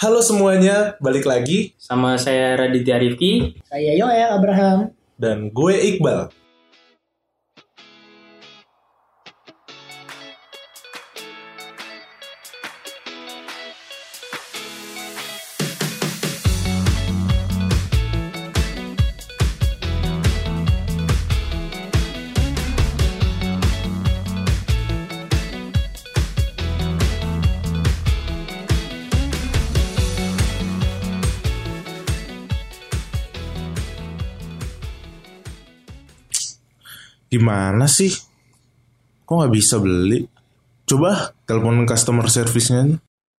Halo semuanya, balik lagi Sama saya Raditya Rifki. Saya Yoel Abraham. dan gue Iqbal. Gimana sih? Kok nggak bisa beli? Coba telepon customer service-nya.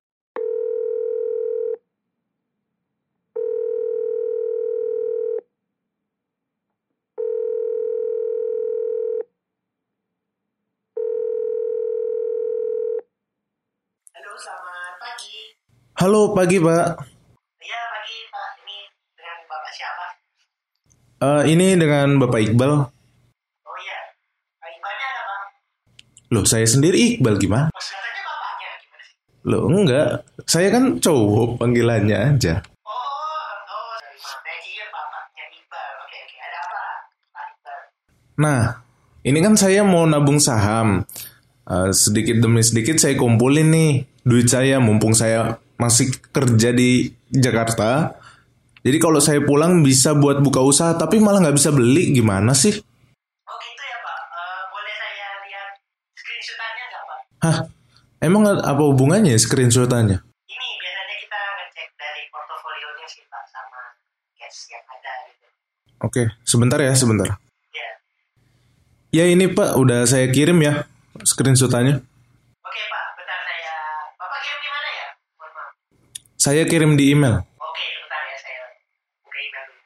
Halo, selamat pagi. Halo, pagi Pak. Iya, pagi Pak. Ini dengan Bapak siapa? Ini dengan Bapak Iqbal. Oh iya, Pak Iqbalnya ada Pak? Loh, saya sendiri Iqbal gimana? Mas katanya Bapaknya gimana sih? Loh, enggak. Saya kan cowok panggilannya aja. Sorry Pak. Saya kira Bapaknya Iqbal. Oke, ada apa Pak Iqbal? Nah, ini kan saya mau nabung saham. Sedikit demi sedikit saya kumpulin nih duit saya mumpung saya masih kerja di Jakarta. Jadi kalau saya pulang bisa buat buka usaha tapi malah nggak bisa beli, gimana sih? Oh gitu ya Pak. Boleh saya lihat screenshotannya nggak Pak? Hah? Emang apa hubungannya screenshotannya? Ini biasanya kita ngecek dari portofolionya sih Pak sama cash yang ada gitu. Oke, sebentar ya, sebentar. Ya. Ya ini Pak, udah saya kirim ya screenshotannya. Oke Pak, bentar saya. Bapak kirim di mana ya? Mohon maaf. Saya kirim di email. Oke, bentar ya saya buka email dulu.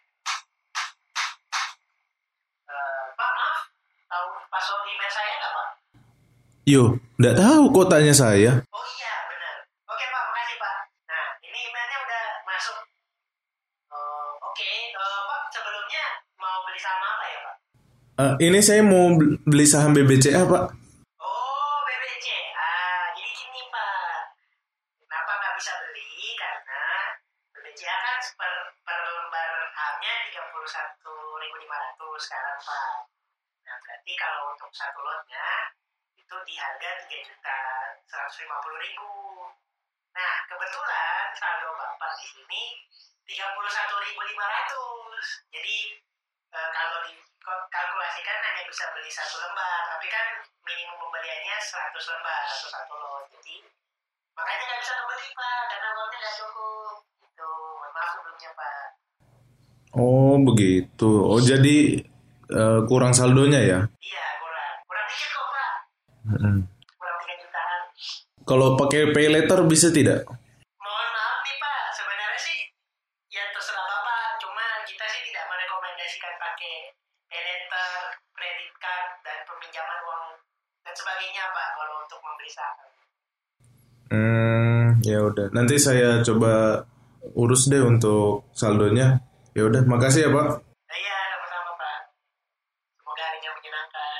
Pak, maaf, tahu password email saya nggak Pak? Yo, nggak tahu kok tanya saya. Oh iya, benar. Oke Pak, makasih Pak. Nah, ini emailnya udah masuk. Oke, Pak, sebelumnya mau beli saham apa ya Pak? Ini saya mau beli saham BBCA Pak. Oh, BBC. Jadi gini Pak. Kenapa nggak bisa beli? Karena BBCA kan per lembar sahamnya 31.500 sekarang Pak. Nah, berarti kalau untuk satu lotnya itu di harga 3.150.000. Nah, kebetulan saldo Bapak di sini 31.500. Jadi kalau dikalkulasikan hanya bisa beli satu lembar, tapi kan minimum pembeliannya 100 lembar atau satu lot. Jadi makanya nggak bisa kebeli Pak, karena uangnya nggak cukup. Gitu, mohon maaf sebelumnya Pak. Oh begitu. Oh jadi kurang saldonya ya? Iya, kurang dikit kok Pak. Kurang 3 jutaan. Kalau pakai pay later bisa tidak? Mohon maaf nih Pak, sebenarnya sih ya terserah Bapak, cuma kita sih tidak merekomendasikan pakai pay letter, credit card, dan peminjaman uang dan sebagainya Pak kalau untuk membeli saham. Ya udah. Nanti saya coba urus deh untuk saldonya. Ya udah, makasih ya Pak. Iya, sama-sama Pak. Semoga harinya menyenangkan.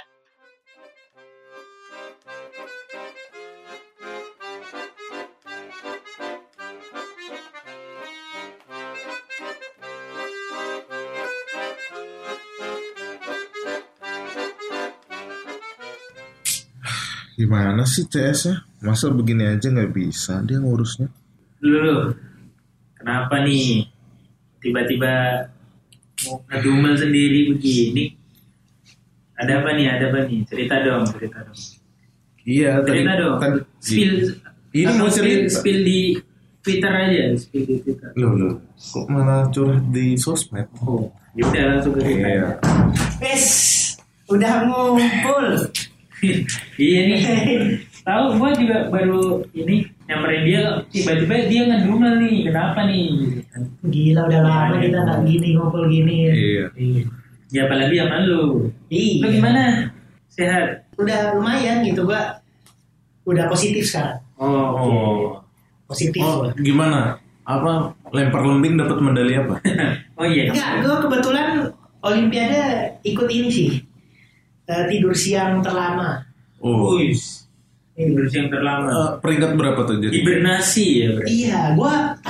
Gimana sih CS-nya? Masa begini aja nggak bisa dia ngurusnya? Dulu, kenapa nih tiba-tiba mau ngedumel sendiri begini? Ada apa nih? Cerita dong. Iya, Cerita dong. Spill. Ini mau cerita. Spill di Twitter aja. Spill di Twitter. Loh, kok malah curhat di sosmed? Oh, yaudah langsung ke kita. Iya. Udah ngumpul. Iya nih. Tahu gue juga baru ini nyamperin dia, tiba-tiba dia ngedumel nih. Kenapa nih? Gila, udah lama kita nggak gini ngumpul gini. Iya. Ya apalagi sama lu. Iya. Lu gimana? Sehat? Udah lumayan gitu, gua udah positif sekarang. Oh. Positif. Oh, gimana? Apa lempar lembing dapat medali apa? Oh iya. Enggak, gua kebetulan Olimpiade ikut ini sih. Tidur siang terlama. Oh. Tidur siang terlama. Peringkat berapa tuh jadi? Hibernasi ya berarti. Iya, gua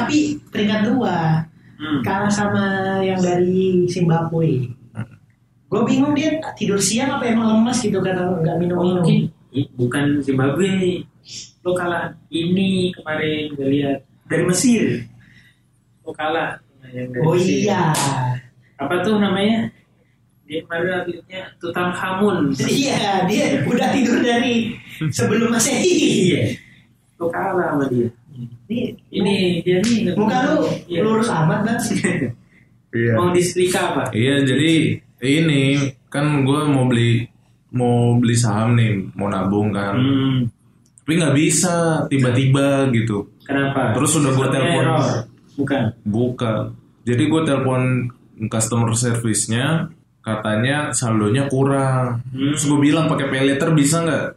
tapi peringkat 2. Kalah sama yang dari Zimbabwe. Gue bingung dia tidur siang apa emang lemas gitu karena nggak minum. Mungkin bukan Zimbabwe. Lo kalah ini kemarin gue lihat dari Mesir. Lo kalah yang dari Mesir. Iya. Apa tuh namanya? Dia kemarin atletnya Tutankhamun. Iya, dia udah tidur dari sebelum Masehi. Iya. Lo kalah sama dia. Ini dia nih. Muka lu Iya. lurus amat Bang. Iya. Mau disetrika apa? Iya, jadi ini kan gue mau beli saham nih, mau nabung kan. Tapi nggak bisa tiba-tiba gitu. Kenapa? Terus udah gue telepon. Error. Bukan. Jadi gue telepon customer service-nya, katanya saldonya kurang. Terus gue bilang pakai pay later bisa nggak?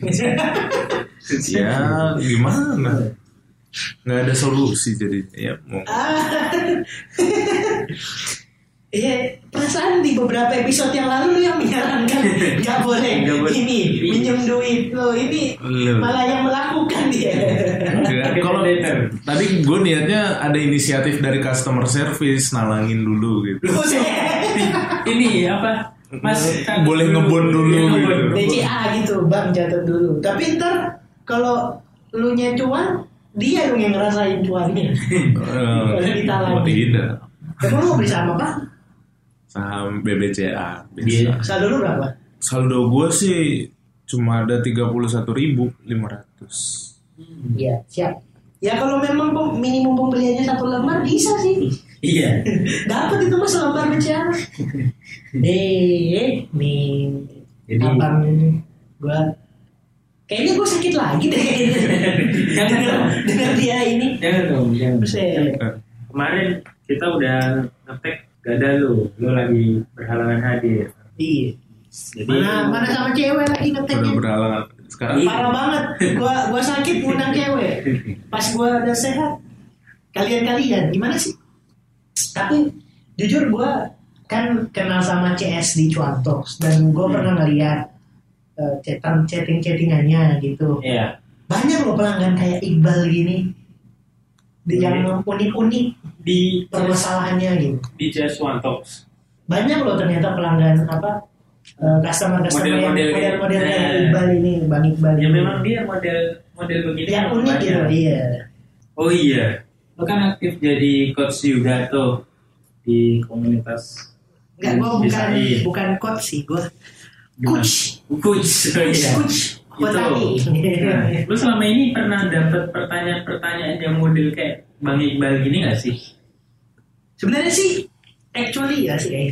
Ya gimana? Nggak ada solusi jadi ya mau. Iya, perasaan di beberapa episode yang lalu lu yang menyarankan nggak boleh ini minjem duit lo ini malah yang melakukan dia. Enggak, kalau tadi gue niatnya ada inisiatif dari customer service nalangin dulu gitu. Ini apa? Mas Boleh ngebon dulu gitu. DCA gitu bang, jatuh dulu. Tapi ntar kalau lu nya cuan, dia lu yang ngerasain cuannya. Kalau ditalangin. Oh tidak. Emang lu mau beli saham apa? Saham BBCA bisa. Saldo lu berapa? Saldo gue sih cuma ada 31.500. Iya, siap. Ya kalau memang minimum pembeliannya 1 lembar bisa sih. Iya. Dapat itu mas lembar BCA. Nih, Jadi- abang gua kayaknya gue sakit lagi deh. Jangan dengar dia ini. Jangan dong, jangan. Buset. Kemarin kita udah ngetek gak ada lu lagi berhalangan hadir. Iya. Jadi Mana sama cewek lagi Udah ngeteknya. berhalangan. Sekarang Parah banget. Gua sakit ngundang cewek. Pas gua udah sehat. Kalian gimana sih? Tapi jujur gua kan kenal sama CS di Cuantox dan gua pernah ngeliat chattingannya gitu. Iya. Banyak loh pelanggan kayak Iqbal gini. Yang unik-unik Di permasalahannya gitu. di Just One Talks. Banyak loh ternyata pelanggan customer yang Model-model model-modelnya kayak- Iqbal ini, Bang Iqbal. Ya ini. memang dia model begini yang unik gitu, iya. Oh iya. Lo kan aktif jadi coach juga tuh di komunitas. Enggak, gue Bisain. bukan coach sih, gue coach. Coach. Iya. Coach. Gitu. Kotani. Nah, lu selama ini pernah dapat pertanyaan-pertanyaan yang model kayak Bang Iqbal gini gak sih? Sebenarnya sih, actually,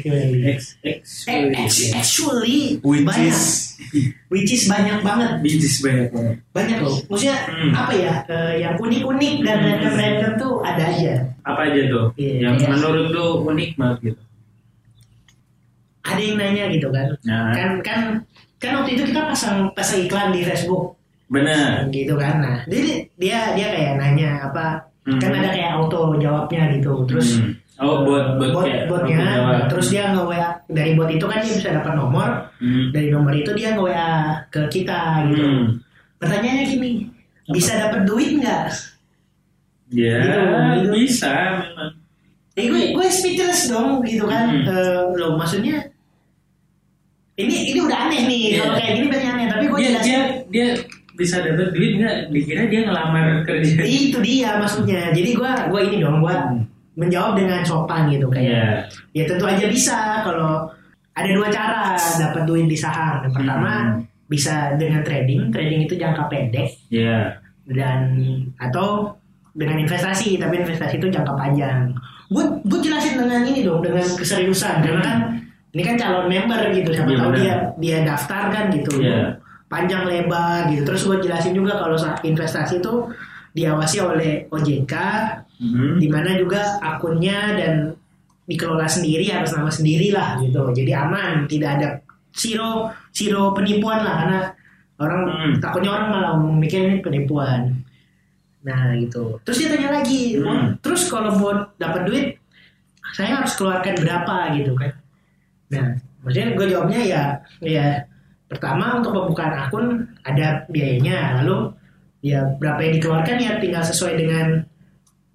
which banyak. is Which is banyak banget. Bisnis banyak banget. Banyak loh. Maksudnya apa ya? Yang unik-unik dan random-random tuh ada aja. Apa aja tuh? Iya, Yang iya. menurut lu unik banget gitu. Ada yang nanya gitu kan. Nah. Kan waktu itu kita pasang iklan di Facebook. Benar. Gitu kan. Nah, jadi dia kayak nanya apa? Kan ada kayak auto jawabnya gitu. Terus Oh, kayak botnya. jawab. Terus dia nge-WA dari bot itu kan dia bisa dapat nomor. Dari nomor itu dia nge-WA ke kita gitu. Pertanyaannya gini, bisa dapat duit nggak? Ya, Gitu. bisa memang. Gue speechless dong gitu kan. Loh maksudnya ini udah aneh nih. Iya. Kalau kayak gini berarti aneh. Tapi gue Dia bisa dapat duit nggak? Dikira dia ngelamar kerja. itu dia maksudnya. Jadi gue ini dong gue menjawab dengan sopan gitu kayak. Ya tentu aja bisa kalau ada 2 cara dapat duit di saham. Yang pertama bisa dengan trading itu jangka pendek. Iya. Dan atau dengan investasi, tapi investasi itu jangka panjang. Gue jelasin dengan ini dong, dengan keseriusan karena kan ini kan calon member gitu, siapa tahu dia daftar kan gitu, panjang lebar gitu. Terus gue jelasin juga kalau investasi itu diawasi oleh OJK, di mana juga akunnya dan dikelola sendiri atas nama sendiri lah gitu. Jadi aman, tidak ada zero penipuan lah karena takutnya orang malah mikir ini penipuan. Nah gitu. Terus dia tanya lagi, terus kalau buat dapat duit, saya harus keluarkan berapa gitu kan? Nah, maksudnya gue jawabnya ya pertama untuk pembukaan akun ada biayanya, lalu ya berapa yang dikeluarkan ya tinggal sesuai dengan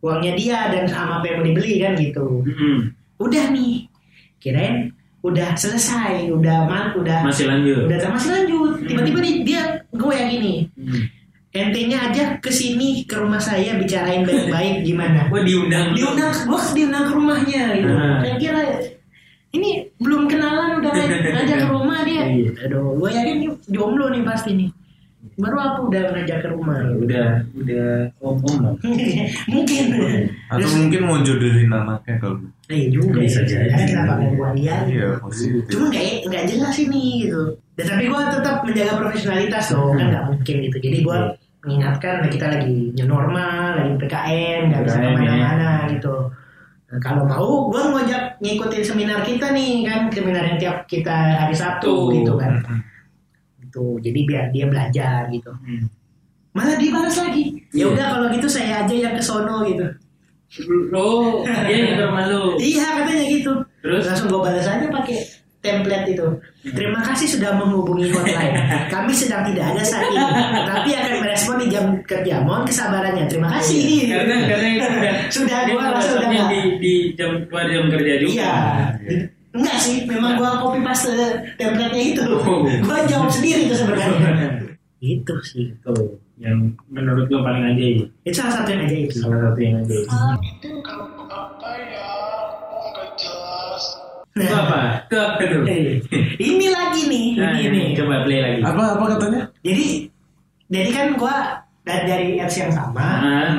uangnya dia dan sama apa yang mau dibeli kan gitu. Udah nih, kirain udah selesai, udah masih lanjut. Tiba-tiba dia gue yang gini. Ente-nya aja kesini ke rumah saya bicarain baik-baik gimana? Gue diundang ke rumahnya gitu. Saya kira ini belum kenalan udah ngajak ke rumah dia. Aduh, gue yakin nih jomblo nih pasti nih. Baru apa udah ngajak ke rumah? Udah om dong. Mungkin. Atau mungkin mau jodohin anaknya kalau. Iya juga. Bisa jadi. Kenapa nggak buat dia? Iya positif. Cuma nggak jelas ini gitu. Dan tapi gue tetap menjaga profesionalitas loh, kan nggak mungkin gitu. Jadi gue mengingatkan kita lagi new normal, lagi PKM, nggak bisa kemana-mana gitu. Nah, kalau mau, gue ngajak ngikutin seminar kita nih kan, seminar yang tiap kita hari Sabtu gitu kan. Gitu. Jadi biar dia belajar gitu. Malah dibalas lagi. Ya udah kalau gitu saya aja yang ke sono gitu. Lo dia yang ke rumah lo. Iya katanya gitu. Terus langsung gue balas aja pakai template itu. Terima kasih sudah menghubungi hotline. Kami sedang tidak ada saat ini, tapi akan merespon di jam kerja. Mohon kesabarannya. Terima kasih. Karena itu sudah gue langsung udah di jam keluar jam kerja juga. Iya. Enggak sih, memang gue copy paste template-nya itu. Gue jawab sendiri itu sebenarnya. Itu sih. Tuh, yang menurut lo paling ajaib. Itu salah satu yang ajaib. Salah satu yang ajaib. Itu apa? Itu apa tuh? Ini lagi nih, ini. Coba play lagi. Apa katanya? Jadi kan gue dari apps yang sama,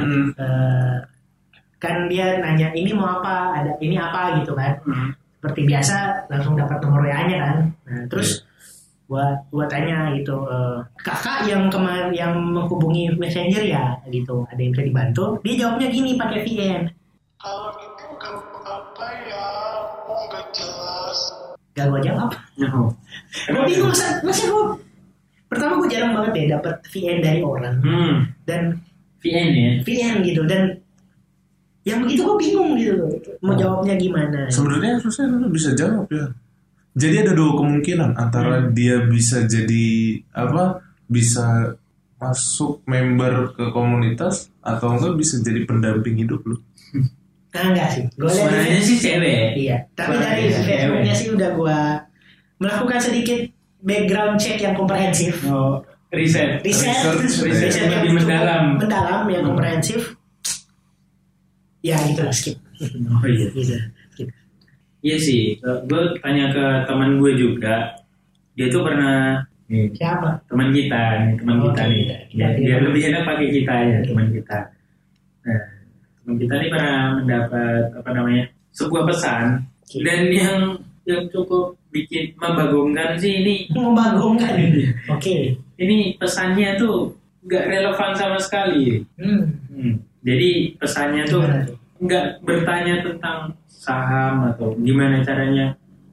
kan dia nanya ini mau apa, ada ini apa gitu kan. Seperti biasa langsung dapat nomor WA-nya kan. Nah, terus gua tanya gitu, kakak yang kemarin yang menghubungi Messenger ya gitu, ada yang bisa dibantu? Dia jawabnya gini pakai VN. Kalau itu apa ya? Nggak jelas. Gak gua jawab. No. Gua bingung masa gua pertama gua jarang banget ya dapat VN dari orang. Dan VN ya. VN gitu dan yang begitu gue bingung gitu mau jawabnya gimana. Sebenarnya harusnya lu bisa jawab ya. Jadi ada dua kemungkinan antara dia bisa jadi bisa masuk member ke komunitas atau enggak bisa jadi pendamping hidup lu. Enggak sih. Suaranya sih cewek. Iya. Tapi dari Facebooknya sih udah gue melakukan sedikit background check yang komprehensif. Oh, riset yang lebih mendalam yang komprehensif. Ya gitu lah skip. Oh iya. Skip. Iya sih. Gue tanya ke teman gue juga. Dia tuh pernah. Siapa? Teman kita nih. Dia lebih enak pakai kita ya teman kita. Nah, teman kita nih pernah mendapat sebuah pesan dan yang cukup bikin membagongkan sih ini. Membagongkan. Oke. Ini pesannya tuh nggak relevan sama sekali. Jadi pesannya tuh nggak bertanya tentang saham atau gimana caranya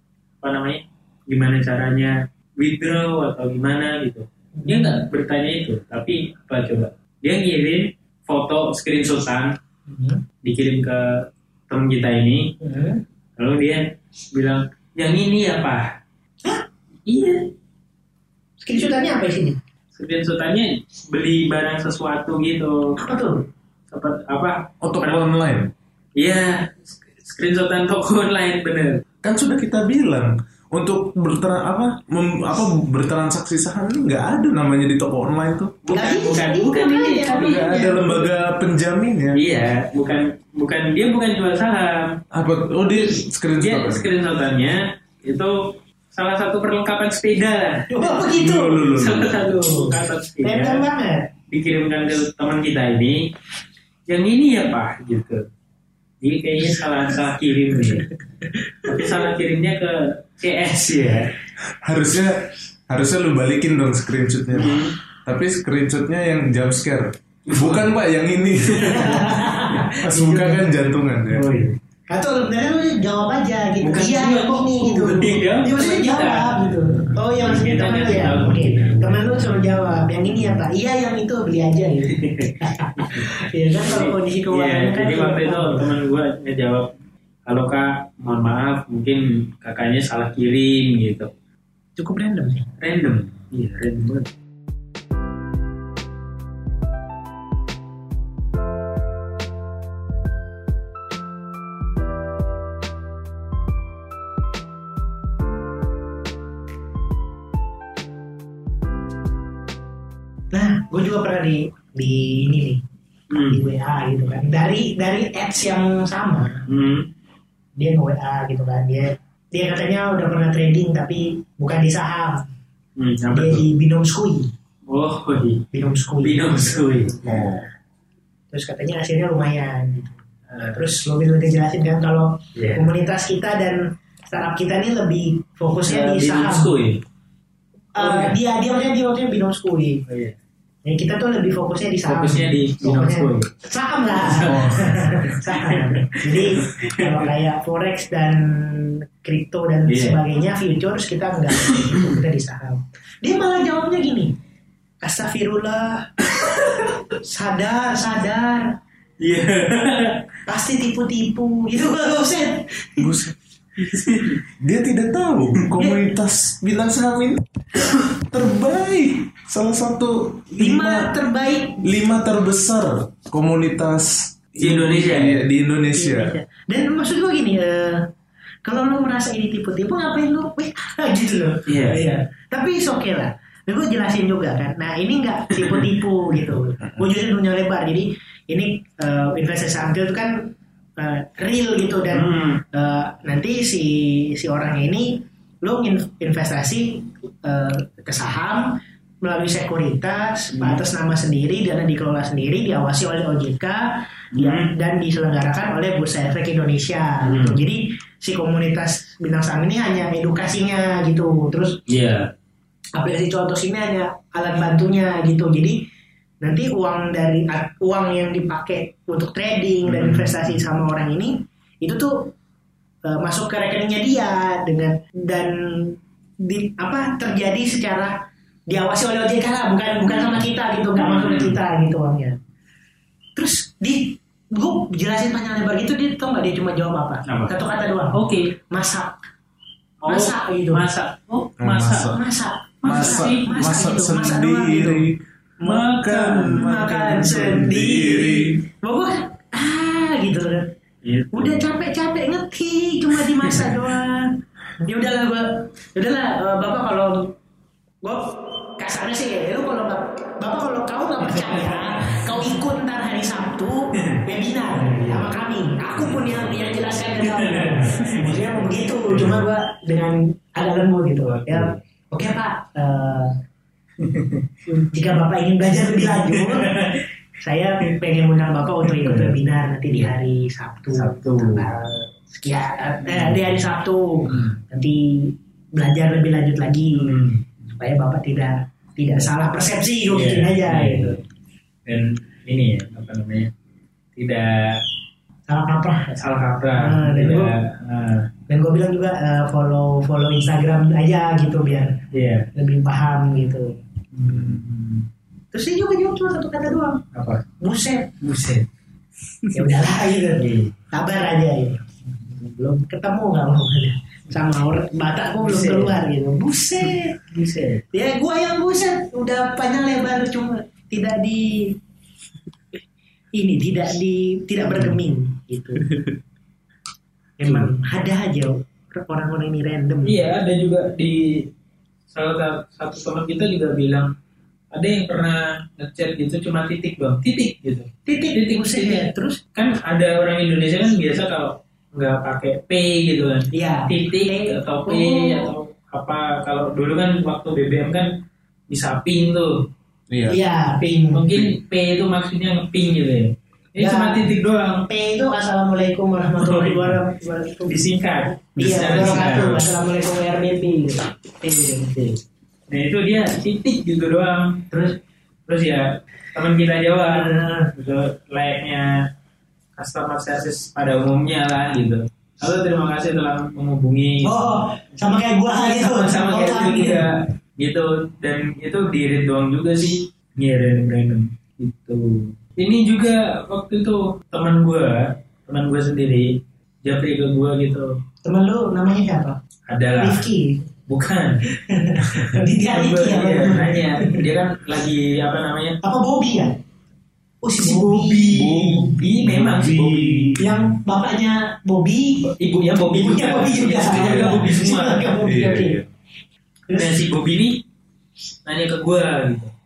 withdraw atau gimana gitu. Dia nggak bertanya itu, tapi apa coba? Dia ngirim foto screenshotan, dikirim ke teman kita ini, lalu dia bilang yang ini ya Pak. Hah? Iya. Screenshotannya apa isinya? Screenshotannya beli barang sesuatu gitu. Apa tuh? Toko online. Iya, screenshotan toko online bener. Kan sudah kita bilang untuk bertransaksi saham ini nggak ada namanya di toko online tuh. Bukan ini. Nggak ada lembaga penjaminnya. Iya, bukan dia bukan jual saham. Apa? Oh dia screenshotannya itu salah satu perlengkapan sepeda. Oh begitu. Salah satu perlengkapan sepeda. Banget. Dikirimkan ke teman kita ini. Yang ini ya Pak gitu. Jadi kayaknya salah kirim nih. Tapi salah kirimnya ke CS ya. Harusnya lu balikin dong screenshotnya. Tapi screenshotnya yang jump scare. Bukan Pak yang ini. Pas buka kan jantungan ya. Oh, iya. Atau sebenarnya lu jawab aja gitu. Bukan iya kok nih gitu. Dia maksudnya jawab gitu. Oh yang maksudnya temen ya. Oke. Temen lu suruh jawab. Yang ini ya Pak. Iya yang itu beli aja gitu. Ya kan kalau kondisi keuangannya kan. Jadi waktu itu teman gue ngejawab, kalau Kak mohon maaf mungkin kakaknya salah kirim gitu. Cukup random sih. Random. Iya random banget. gue juga pernah di ini nih di WA gitu kan, dari ads yang sama. Dia nge-WA gitu kan, dia katanya udah pernah trading tapi bukan di saham, dia di Binomskui. Binomskui. Nah, terus katanya hasilnya lumayan gitu. Terus lo bisa jelasin kan kalau komunitas kita dan startup kita ini lebih fokusnya di saham. Dia maksudnya Binomskui. Ya, kita tuh lebih fokusnya di saham. Fokusnya di Binomskui. Saham lah. Saham. Jadi kalau kayak forex dan kripto dan sebagainya, futures kita enggak, kita di saham. Dia malah jawabnya gini, astagfirullah, sadar. Iya. Pasti tipu-tipu gitu kalau Buset. Dia tidak tahu komunitas bintang saham ini terbaik, salah satu 5 terbaik, 5 terbesar komunitas di Indonesia. Di Indonesia. Dan maksud gue gini, kalau lo merasa ini tipu-tipu ngapain lo gitu loh. Iya. Tapi oke lah. Dan gue jelasin juga kan. Nah ini nggak tipu-tipu gitu. Gue jelasin dunia lebar. Jadi ini investasi saham itu kan real gitu, dan nanti si orang ini lo investasi ke saham melalui sekuritas atas nama sendiri, dana dikelola sendiri, diawasi oleh OJK dan diselenggarakan oleh Bursa Efek Indonesia gitu. Jadi si komunitas bintang saham ini hanya edukasinya gitu, terus aplikasi contoh ini hanya alat bantunya gitu. Jadi nanti uang yang dipakai untuk trading dan investasi sama orang ini itu tuh masuk ke rekeningnya dia terjadi secara diawasi oleh OJK lah, bukan sama kita gitu, nggak masuk ke kita gitu uangnya. Terus gue jelasin panjang lebar gitu, dia tau nggak dia cuma jawab apa? Satu kata doang. Masak gitu. Masak sendiri. Makan sendiri. Pokoknya gitu kan. Udah capek ngetik cuma dimasak doang. Ya udahlah Bapak, kalau gue kasarnya sih lu kalau Bapak, kalau kamu nggak percaya, kau ikut ntar hari Sabtu webinar sama kami. Aku pun yang jelaskan ke kamu. Maksudnya begitu, cuma gue dengan agak lembut gitu. Ya oke Pak. Jika Bapak ingin belajar lebih lanjut, saya pengen undang Bapak untuk ikut webinar nanti di hari Sabtu. Di hari Sabtu nanti belajar lebih lanjut lagi supaya Bapak tidak salah persepsi gitu aja gitu. Dan ini tidak salah kaprah. Dan gue bilang juga follow Instagram aja gitu biar lebih paham gitu. Terus dia juga jawab cuma satu kata doang. Apa? Buset. Ya udahlah gitu. Sabar aja gitu. Belum ketemu nggak mau sama orang Batak, gue belum keluar gitu. Buset. Ya gue yang buset. Udah panjang lebar cuma tidak bergeming gitu. Emang ada aja orang-orang ini random. Iya, ada juga di salah satu teman kita juga bilang ada yang pernah ngechat gitu cuma titik gitu. Titik. Terus kan ada orang Indonesia kan biasa kalau nggak pakai P gitu kan. Iya. Titik atau P atau apa. Kalau dulu kan waktu BBM kan bisa ping tuh. Iya, ping. Mungkin P itu maksudnya ngeping gitu ya. Ini cuma titik doang. P itu Assalamualaikum warahmatullahi wabarakatuh. Disingkat. Iya, wabarakatuh. Assalamualaikum warahmatullahi wabarakatuh. Nah itu dia titik gitu doang. Terus ya teman kita jawab gitu, layaknya customer service pada umumnya lah gitu. Halo, terima kasih telah menghubungi. Sama kayak gua gitu. Sama kayak gitu juga. Gitu, dan itu di read doang juga sih. Iya, random gitu. Ini juga waktu itu teman gue sendiri japri ke gue gitu. Teman lu namanya siapa? Adalah Rifki. Bukan. Dia Rifki ya. Nanya. Dia kan lagi apa namanya? Apa Bobby ya? Oh si Bobby memang si Bobby. Yang bapaknya Bobby, ibunya Bobby juga. Ibunya Bobby semua. Iya. Dan si Bobby ini nanya ke gue gitu.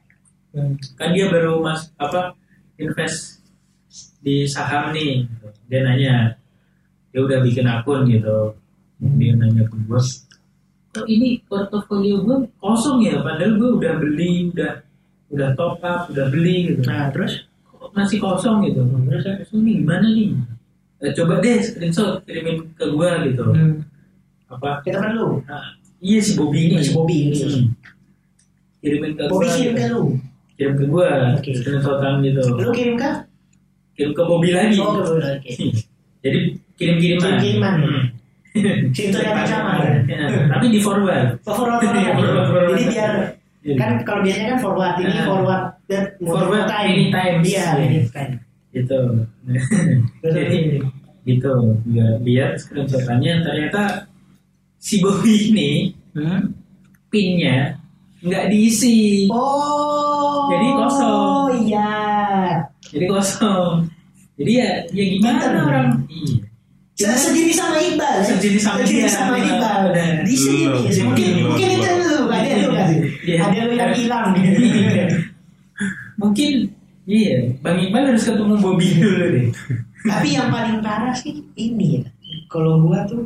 Kan dia baru invest di saham nih. Dia nanya, dia udah bikin akun gitu. Dia nanya ke gue, kok ini portofolio gue kosong ya, padahal gue udah beli, udah top up, udah beli gitu. Nah terus Kok masih kosong gitu. Terus saya kosong nih gimana nih? Coba deh screenshot kirimin ke gue gitu. Kita perlu. Iya si Bobby ini. Si Bobby ini. Kirimin ke Bobby gue. kirim ke lu. Kirim ke gue. Oke. Screenshotan gitu. Lu kirim ke? Kirim ke Bobby lagi. Oh ke Bobby. Oke. Jadi kirim-kiriman. Kirim-kiriman. Sintonya sama ya. Tapi di forward. Forward. Jadi biar kan kalau biasanya kan forward ini forward dan forward anytime. Iya, anytime. Gitu. Jadi gitu. Biar screenshotannya ternyata si Bobby ini pinnya nggak diisi. Oh. Jadi kosong. Oh iya. Jadi kosong. Jadi ya gimana orang? Iya. Sejenis sama Iqbal. Sejenis sama Iqbal. Di sini mungkin itu lu ada lu kan? Ada lu yang hilang. Mungkin iya, Bang Iqbal harus ketemu Bobby dulu deh. Tapi yang paling parah sih ini ya. Kalau gua tuh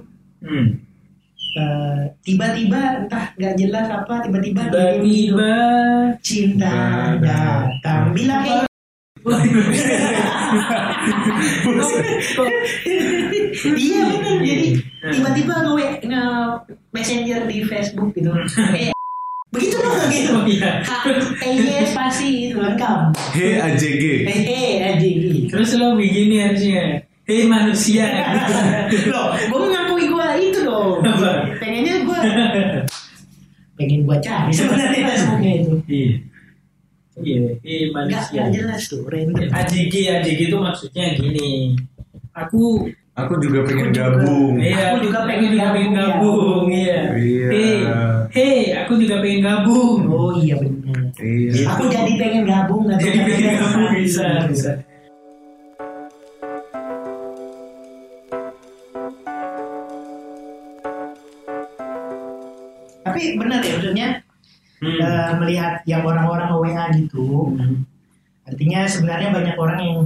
tiba-tiba entah nggak jelas apa tiba-tiba cinta datang bilang iya benar jadi tiba-tiba nge messenger di Facebook gitu begitu loh gitu spasi itu lengkap AJG terus lo begini harusnya manusia loh gue mengakui gue itu dong pengennya gue pengen gue cari sebenarnya Facebooknya itu iya manusia nggak jelas tuh random AJG itu maksudnya gini aku juga pengen gabung. Iya, aku juga pengen gabung. Iya. Hey, aku juga pengen gabung. Oh iya benar. Iya. Aku jadi pengen gabung. Jadi pengen gabung bisa. Tapi benar ya maksudnya melihat yang orang-orang WA gitu. Artinya sebenarnya banyak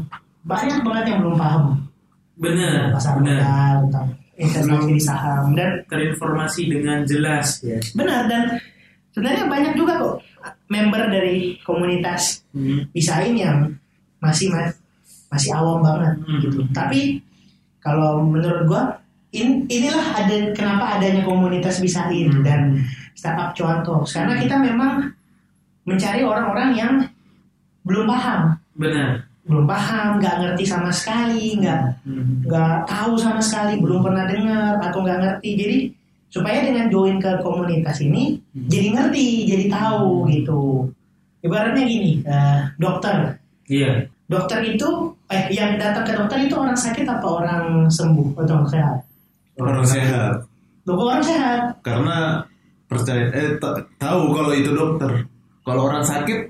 banget yang belum paham. Benar. Pasar modal tentang investasi di saham dan terinformasi dengan jelas ya. Benar dan sebenarnya banyak juga kok member dari komunitas Bisain yang masih awam banget gitu. Tapi kalau menurut gua inilah kenapa adanya komunitas Bisain dan Startup Cuan Talks karena kita memang mencari orang-orang yang belum paham. Benar. Belum paham, nggak ngerti sama sekali, nggak tahu sama sekali, belum pernah dengar atau nggak ngerti. Jadi supaya dengan join ke komunitas ini jadi ngerti, jadi tahu gitu. Ibaratnya gini, dokter. Iya. Dokter itu yang datang ke dokter itu orang sakit apa orang sembuh atau orang sehat? Orang sehat. Orang sehat. Karena percaya tahu kalau itu dokter. Kalau orang sakit,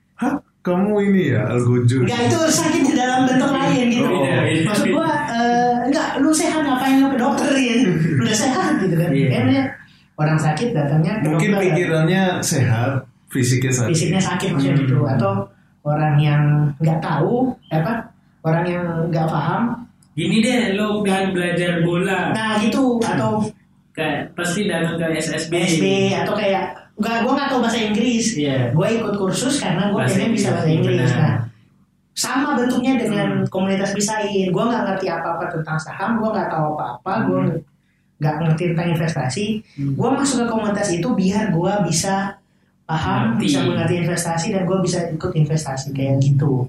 kamu ini ya algojo. Enggak, itu sakit dalam bentuk lain gitu. Maksud gua enggak, lu sehat ngapain lu ke dokter ya? Lu udah sehat gitu kan. Kayaknya orang sakit datangnya ke mungkin dokter. Pikirannya sehat, fisiknya sakit. Fisiknya sakit maksudnya gitu. Atau orang yang enggak tahu orang yang enggak paham. Gini deh, lo pengen belajar bola. Nah, gitu atau kayak pasti datang ke SSB atau kayak gue nggak tahu bahasa Inggris, yeah. Gue ikut kursus karena gue pengen bisa bahasa Inggris. Nah, sama bentuknya dengan komunitas Bisain. Gue nggak ngerti apa-apa tentang saham, gue nggak tahu apa-apa, gue nggak ngerti tentang investasi. Gue masuk ke komunitas itu biar gue bisa paham, bisa mengerti investasi dan gue bisa ikut investasi kayak gitu.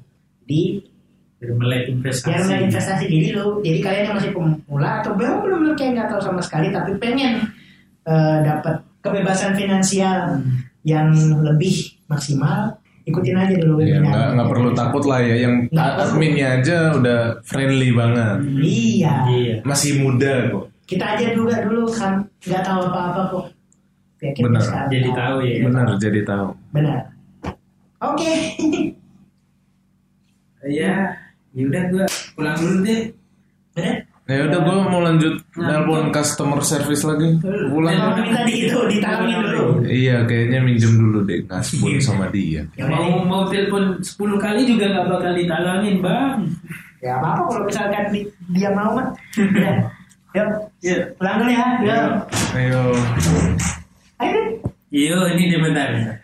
Biar melek investasi. Jadi kalian yang masih pemula atau belum kayak nggak tahu sama sekali tapi pengen dapat kebebasan finansial yang lebih maksimal, ikutin aja dulu. Ya, nggak perlu takut lah ya, yang adminnya aja udah friendly banget. Iya. Masih muda kok. Kita aja juga dulu kan nggak tahu apa-apa kok. Benar. Jadi tahu ya. Benar, jadi tahu. Benar. Oke. Ya udah gue pulang dulu deh. Benar. Ya udah gue mau lanjut nelpon customer service lagi. Kalau minta ditanganin dulu. Iya, kayaknya minjem dulu deh ngaspun sama dia. Mau telepon 10 kali juga nggak bakal ditalangin bang. Ya apa kalau misalkan dia mau mah. Ya. Yuk, pulang dulu ya. Ayo. Ayo. Iya, ini dia bentar.